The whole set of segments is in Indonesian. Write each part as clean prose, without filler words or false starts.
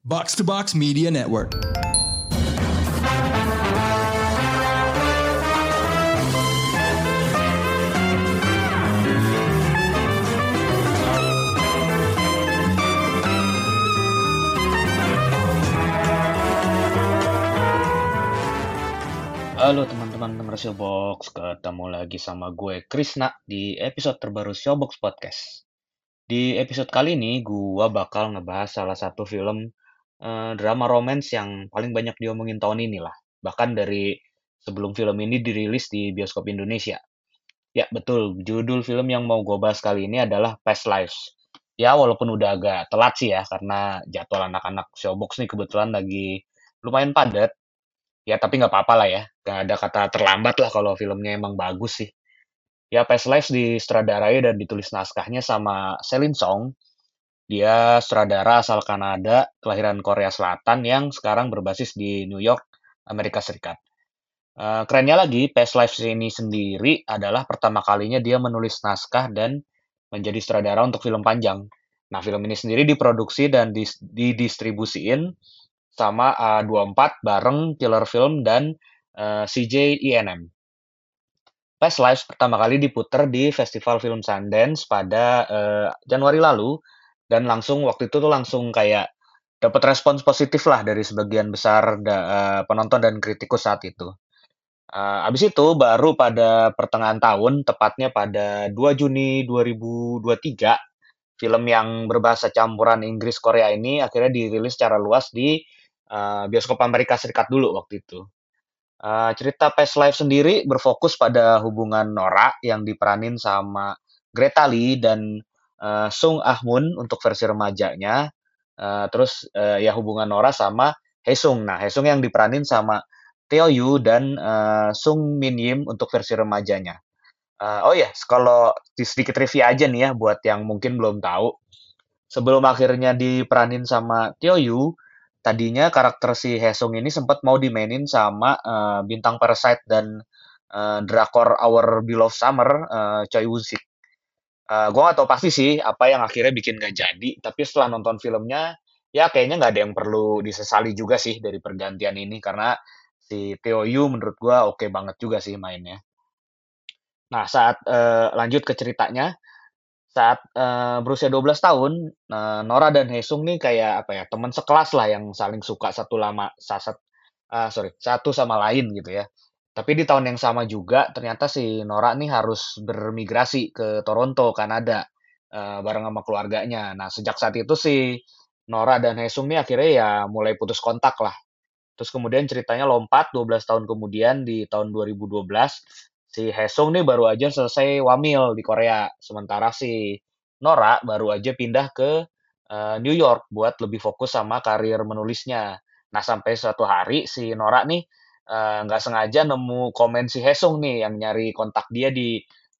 Box to Box Media Network. Halo teman-teman pendengar Showbox, ketemu lagi sama gue Krisna di episode terbaru Showbox Podcast. Di episode kali ini gue bakal ngebahas salah satu film drama romance yang paling banyak diomongin tahun ini lah. Bahkan dari sebelum film ini dirilis di bioskop Indonesia. Ya betul, judul film yang mau gue bahas kali ini adalah Past Lives. Ya walaupun udah agak telat sih ya, karena jadwal anak-anak Showbox nih kebetulan lagi lumayan padat. Ya, tapi nggak apa-apa lah ya. Nggak ada kata terlambat lah kalau filmnya emang bagus sih. Ya, Past Lives disutradarai dan ditulis naskahnya sama Celine Song. Dia sutradara asal Kanada, kelahiran Korea Selatan yang sekarang berbasis di New York, Amerika Serikat. Kerennya lagi, Past Lives ini sendiri adalah pertama kalinya dia menulis naskah dan menjadi sutradara untuk film panjang. Nah, film ini sendiri diproduksi dan didistribusiin sama A24 bareng Killer Film dan CJINM. Past Lives pertama kali diputar di Festival Film Sundance pada Januari lalu dan langsung waktu itu tuh langsung kayak dapat respons positif lah dari sebagian besar penonton dan kritikus saat itu. Abis itu baru pada pertengahan tahun, tepatnya pada 2 Juni 2023, film yang berbahasa campuran Inggris Korea ini akhirnya dirilis secara luas di bioskop Amerika Serikat dulu waktu itu. Cerita Past Life sendiri berfokus pada hubungan Nora yang diperanin sama Greta Lee dan Sung Ah Moon untuk versi remajanya. Terus ya hubungan Nora sama Haesung. Nah, Haesung yang diperanin sama Teo Yoo dan Sung Min Yim untuk versi remajanya. Oh ya, kalau sedikit trivia aja nih ya buat yang mungkin belum tahu. Sebelum akhirnya diperanin sama Teo Yoo, tadinya karakter si Haesung ini sempat mau dimainin sama bintang Parasite dan drakor Our Beloved Summer, Choi Woo-sik. Gue nggak tahu pasti sih apa yang akhirnya bikin gak jadi, tapi setelah nonton filmnya, ya kayaknya nggak ada yang perlu disesali juga sih dari pergantian ini, karena si Teo Yoo menurut gue oke banget juga sih mainnya. Nah, saat lanjut ke ceritanya, saat berusia 12 tahun, Nora dan Haesung nih kayak apa ya, teman sekelas lah yang saling suka satu sama lain gitu ya. Tapi di tahun yang sama juga ternyata si Nora nih harus bermigrasi ke Toronto, Kanada, bareng sama keluarganya. Nah, sejak saat itu si Nora dan Haesung nih akhirnya ya mulai putus kontak lah. Terus kemudian ceritanya lompat 12 tahun kemudian di tahun 2012, si Haesung nih baru aja selesai wamil di Korea. Sementara si Nora baru aja pindah ke New York buat lebih fokus sama karir menulisnya. Nah, sampai suatu hari si Nora nih nggak sengaja nemu komen si Haesung nih yang nyari kontak dia di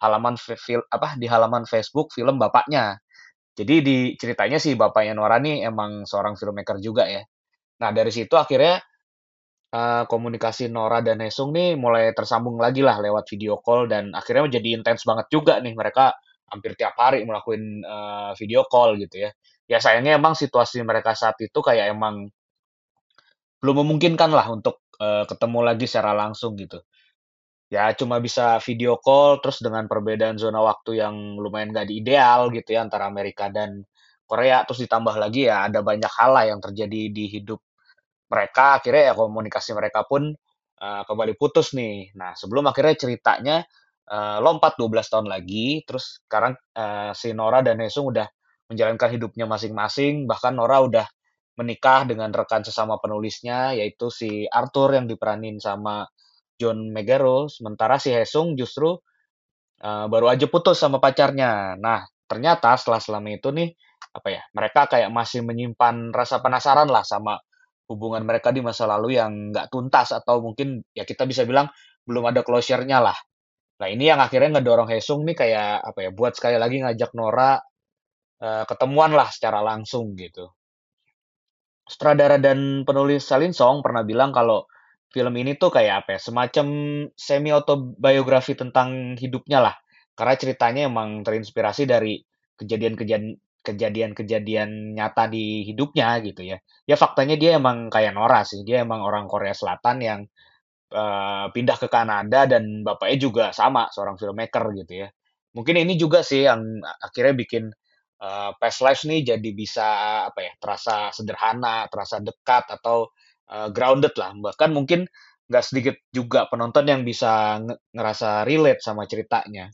di halaman Facebook film bapaknya. Jadi di ceritanya si bapaknya Nora nih emang seorang filmmaker juga ya. Nah, dari situ akhirnya komunikasi Nora dan Haesung nih mulai tersambung lagi lah lewat video call dan akhirnya menjadi intens banget juga nih mereka hampir tiap hari melakukan video call gitu ya. Ya sayangnya emang situasi mereka saat itu kayak emang belum memungkinkan lah untuk ketemu lagi secara langsung gitu. Ya cuma bisa video call terus dengan perbedaan zona waktu yang lumayan gak ideal gitu ya antara Amerika dan Korea, terus ditambah lagi ya ada banyak hal lah yang terjadi di hidup mereka, akhirnya ya komunikasi mereka pun kembali putus nih. Nah, sebelum akhirnya ceritanya lompat 12 tahun lagi, terus sekarang si Nora dan Haesung udah menjalankan hidupnya masing-masing, bahkan Nora udah menikah dengan rekan sesama penulisnya, yaitu si Arthur yang diperanin sama John Megaro, sementara si Haesung justru baru aja putus sama pacarnya. Nah, ternyata setelah selama itu nih, apa ya, mereka kayak masih menyimpan rasa penasaran lah sama hubungan mereka di masa lalu yang nggak tuntas atau mungkin ya kita bisa bilang belum ada closure-nya lah. Nah, ini yang akhirnya ngedorong Haesung nih kayak apa ya, buat sekali lagi ngajak Nora ketemuan lah secara langsung gitu. Sutradara dan penulis Salin Song pernah bilang kalau film ini tuh kayak apa ya, semacam semi autobiografi tentang hidupnya lah. Karena ceritanya emang terinspirasi dari kejadian-kejadian kejadian-kejadian nyata di hidupnya gitu ya. Ya faktanya dia emang kayak Nora sih, dia emang orang Korea Selatan yang pindah ke Kanada dan bapaknya juga sama, seorang filmmaker gitu ya. Mungkin ini juga sih yang akhirnya bikin Past Lives nih jadi bisa apa ya, terasa sederhana, terasa dekat atau grounded lah. Bahkan mungkin nggak sedikit juga penonton yang bisa ngerasa relate sama ceritanya.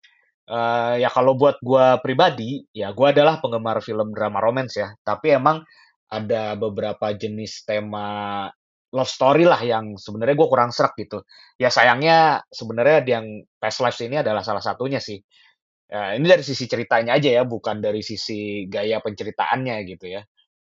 Ya kalau buat gua pribadi, ya gua adalah penggemar film drama romance ya. Tapi emang ada beberapa jenis tema love story lah yang sebenarnya gue kurang serak gitu. Ya sayangnya sebenarnya yang Past Lives ini adalah salah satunya sih. Ya, ini dari sisi ceritanya aja ya, bukan dari sisi gaya penceritaannya gitu ya.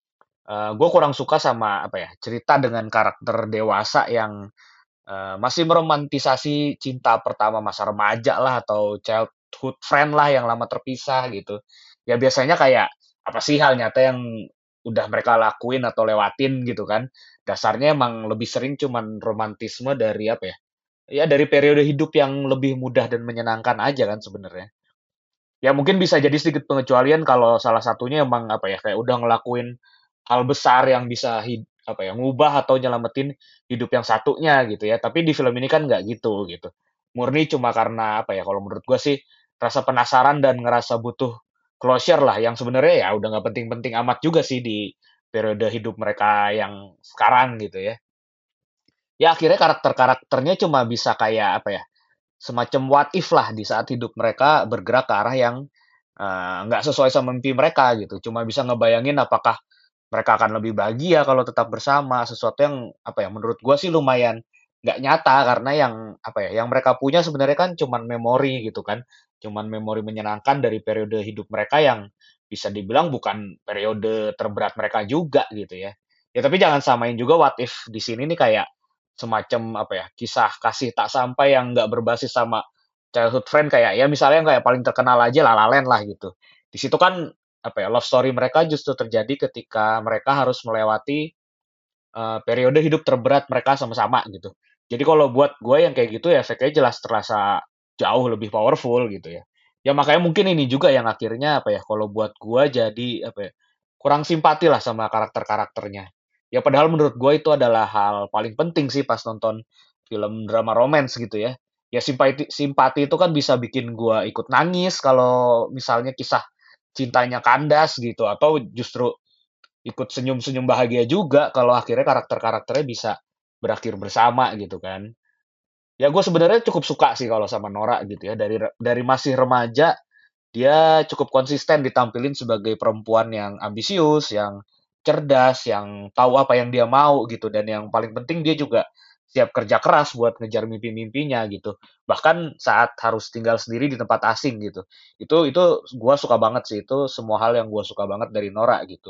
Gue kurang suka sama apa ya, cerita dengan karakter dewasa yang masih meromantisasi cinta pertama masa remaja lah atau childhood friend lah yang lama terpisah gitu. Ya biasanya kayak apa sih hal nyata yang udah mereka lakuin atau lewatin gitu kan. Dasarnya emang lebih sering cuman romantisme dari apa ya? Ya dari periode hidup yang lebih mudah dan menyenangkan aja kan sebenarnya. Ya mungkin bisa jadi sedikit pengecualian kalau salah satunya emang apa ya kayak udah ngelakuin hal besar yang bisa apa ya ngubah atau nyelamatin hidup yang satunya gitu ya. Tapi di film ini kan nggak gitu gitu. Murni cuma karena apa ya kalau menurut gua sih rasa penasaran dan ngerasa butuh closure lah yang sebenarnya ya udah nggak penting-penting amat juga sih di periode hidup mereka yang sekarang gitu ya. Ya akhirnya karakter-karakternya cuma bisa kayak apa ya semacam what if lah di saat hidup mereka bergerak ke arah yang nggak sesuai sama mimpi mereka gitu. Cuma bisa ngebayangin apakah mereka akan lebih bahagia kalau tetap bersama. Sesuatu yang apa ya menurut gua sih lumayan nggak nyata karena yang apa ya yang mereka punya sebenarnya kan cuman memori gitu kan. Cuman memori menyenangkan dari periode hidup mereka yang bisa dibilang bukan periode terberat mereka juga gitu ya. Ya tapi jangan samain juga what if di sini nih kayak semacam apa ya kisah kasih tak sampai yang nggak berbasis sama childhood friend kayak ya misalnya yang kayak paling terkenal aja La La Land lah gitu. Di situ kan apa ya love story mereka justru terjadi ketika mereka harus melewati periode hidup terberat mereka sama-sama gitu. Jadi kalau buat gue yang kayak gitu ya efeknya jelas terasa jauh lebih powerful gitu ya. Ya makanya mungkin ini juga yang akhirnya apa ya kalau buat gue jadi apa ya kurang simpati lah sama karakter-karakternya. Ya padahal menurut gue itu adalah hal paling penting sih pas nonton film drama romance gitu ya. Ya simpati simpati itu kan bisa bikin gue ikut nangis kalau misalnya kisah cintanya kandas gitu atau justru ikut senyum-senyum bahagia juga kalau akhirnya karakter-karakternya bisa berakhir bersama gitu kan. Ya gue sebenarnya cukup suka sih kalau sama Nora gitu ya dari masih remaja dia cukup konsisten ditampilin sebagai perempuan yang ambisius, yang cerdas, yang tahu apa yang dia mau gitu dan yang paling penting dia juga siap kerja keras buat ngejar mimpi-mimpinya gitu. Bahkan saat harus tinggal sendiri di tempat asing gitu. Itu gua suka banget sih itu semua hal yang gua suka banget dari Nora gitu.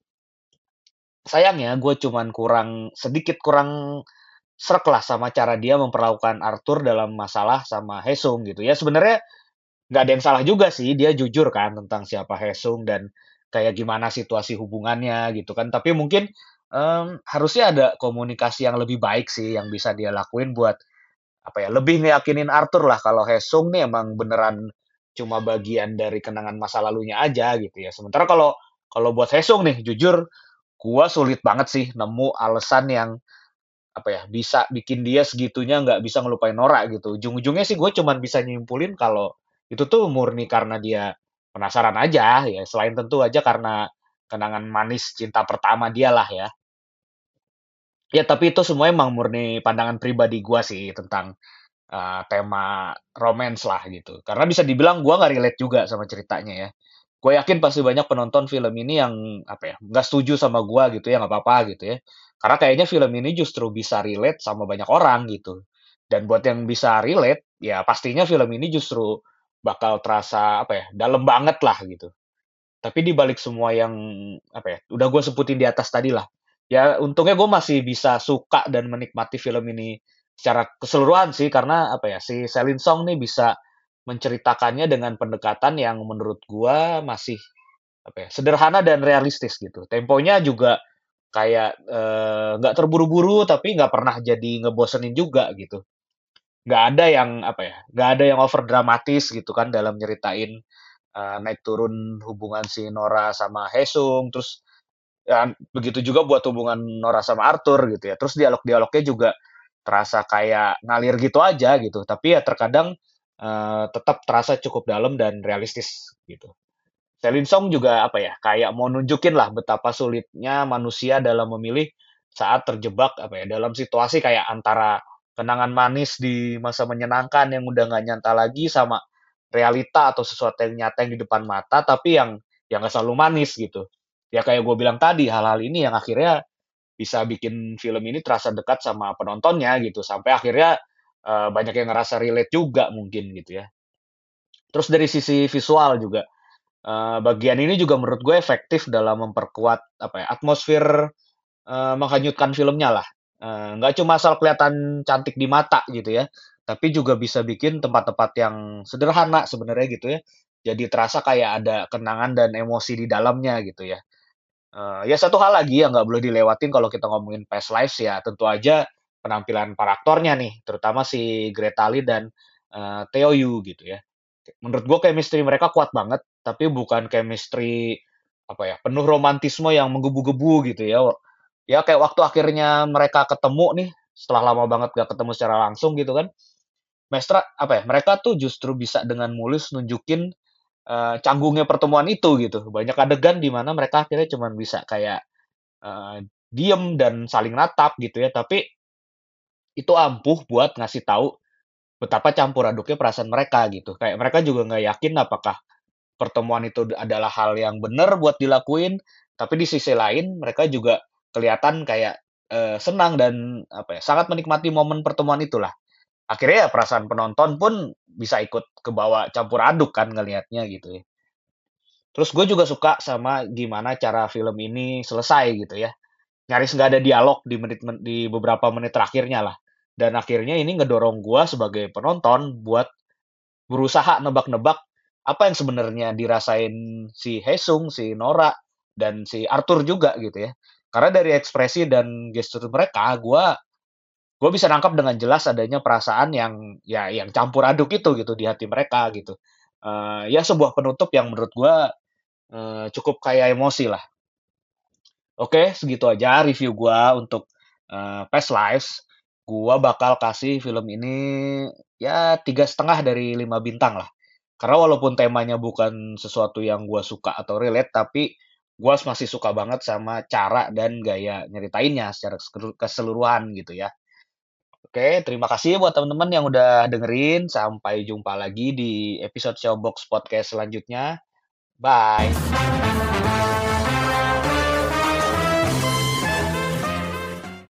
Sayangnya gue cuman sedikit kurang sreg lah sama cara dia memperlakukan Arthur dalam masalah sama Hesung gitu. Ya sebenarnya nggak ada yang salah juga sih, dia jujur kan tentang siapa Hesung dan kayak gimana situasi hubungannya gitu kan. Tapi mungkin harusnya ada komunikasi yang lebih baik sih yang bisa dia lakuin buat apa ya lebih ngeyakinin Arthur lah kalau Hesung nih emang beneran cuma bagian dari kenangan masa lalunya aja gitu ya. Sementara kalau kalau buat Hesung nih, jujur gua sulit banget sih nemu alasan yang apa ya bisa bikin dia segitunya nggak bisa ngelupain Nora gitu. Ujung-ujungnya sih gue cuman bisa nyimpulin kalau itu tuh murni karena dia penasaran aja ya. Selain tentu aja karena kenangan manis cinta pertama dia lah ya. Ya tapi itu semua emang murni pandangan pribadi gua sih tentang tema romance lah gitu. Karena bisa dibilang gua nggak relate juga sama ceritanya ya. Gue yakin pasti banyak penonton film ini yang apa ya nggak setuju sama gua gitu ya nggak apa-apa gitu ya. Karena kayaknya film ini justru bisa relate sama banyak orang gitu. Dan buat yang bisa relate, ya pastinya film ini justru bakal terasa apa ya dalam banget lah gitu. Tapi di balik semua yang apa ya, udah gue sebutin di atas tadi lah. Ya untungnya gue masih bisa suka dan menikmati film ini secara keseluruhan sih karena apa ya si Celine Song nih bisa menceritakannya dengan pendekatan yang menurut gua masih apa ya sederhana dan realistis gitu. Temponya juga kayak nggak terburu-buru tapi nggak pernah jadi ngebosenin juga gitu. Nggak ada yang apa ya, nggak ada yang over dramatis gitu kan dalam nyeritain naik turun hubungan si Nora sama Haesung, terus ya begitu juga buat hubungan Nora sama Arthur gitu ya. Terus dialog-dialognya juga terasa kayak ngalir gitu aja gitu. Tapi ya terkadang tetap terasa cukup dalam dan realistis gitu. Celine Song juga apa ya, kayak mau nunjukin lah betapa sulitnya manusia dalam memilih saat terjebak apa ya, dalam situasi kayak antara kenangan manis di masa menyenangkan yang udah nggak nyata lagi sama realita atau sesuatu yang nyata yang di depan mata tapi yang nggak selalu manis gitu. Ya kayak gue bilang tadi, hal-hal ini yang akhirnya bisa bikin film ini terasa dekat sama penontonnya gitu sampai akhirnya banyak yang ngerasa relate juga mungkin gitu ya. Terus dari sisi visual juga bagian ini juga menurut gue efektif dalam memperkuat apa ya, atmosfer menghanyutkan filmnya lah. Nggak cuma asal kelihatan cantik di mata gitu ya, tapi juga bisa bikin tempat-tempat yang sederhana sebenarnya gitu ya, jadi terasa kayak ada kenangan dan emosi di dalamnya gitu ya. Ya satu hal lagi yang nggak boleh dilewatin kalau kita ngomongin Past Lives ya tentu aja penampilan para aktornya nih, terutama si Greta Lee dan Theo Yu gitu ya. Menurut gue chemistry mereka kuat banget, tapi bukan chemistry apa ya, penuh romantisme yang menggebu-gebu gitu ya. Ya kayak waktu akhirnya mereka ketemu nih, setelah lama banget gak ketemu secara langsung gitu kan. Apa ya, mereka tuh justru bisa dengan mulus nunjukin canggungnya pertemuan itu gitu. Banyak adegan di mana mereka akhirnya cuman bisa kayak diem dan saling natap gitu ya, tapi itu ampuh buat ngasih tahu betapa campur aduknya perasaan mereka gitu. Kayak mereka juga nggak yakin apakah pertemuan itu adalah hal yang benar buat dilakuin, tapi di sisi lain mereka juga kelihatan kayak senang dan apa ya, sangat menikmati momen pertemuan itulah. Akhirnya ya perasaan penonton pun bisa ikut kebawa campur aduk kan ngelihatnya gitu ya. Terus gue juga suka sama gimana cara film ini selesai gitu ya. Nyaris nggak ada dialog di beberapa menit terakhirnya lah. Dan akhirnya ini ngedorong gue sebagai penonton buat berusaha nebak-nebak apa yang sebenarnya dirasain si Haesung, si Nora, dan si Arthur juga gitu ya. Karena dari ekspresi dan gestur mereka, gue bisa nangkap dengan jelas adanya perasaan yang campur aduk itu gitu di hati mereka gitu. Ya sebuah penutup yang menurut gue cukup kayak emosi lah. Oke, segitu aja review gue untuk Past Lives. Gue bakal kasih film ini ya 3,5 dari 5 bintang lah. Karena walaupun temanya bukan sesuatu yang gue suka atau relate, tapi gue masih suka banget sama cara dan gaya nyeritainnya secara keseluruhan gitu ya. Oke, terima kasih buat teman-teman yang udah dengerin. Sampai jumpa lagi di episode Showbox Podcast selanjutnya. Bye.